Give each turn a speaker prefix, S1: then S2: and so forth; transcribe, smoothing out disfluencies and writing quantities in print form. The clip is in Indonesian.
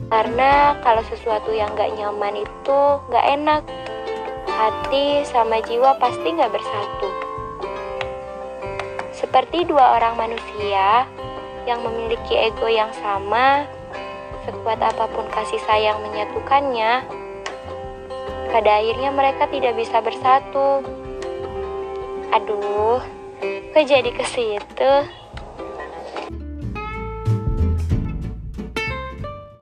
S1: Karena kalau sesuatu yang gak nyaman itu gak enak. Hati sama jiwa pasti gak bersatu. Seperti dua orang manusia yang memiliki ego yang sama, sekuat apapun kasih sayang menyatukannya, pada akhirnya mereka tidak bisa bersatu. Aduh, kok jadi ke situ?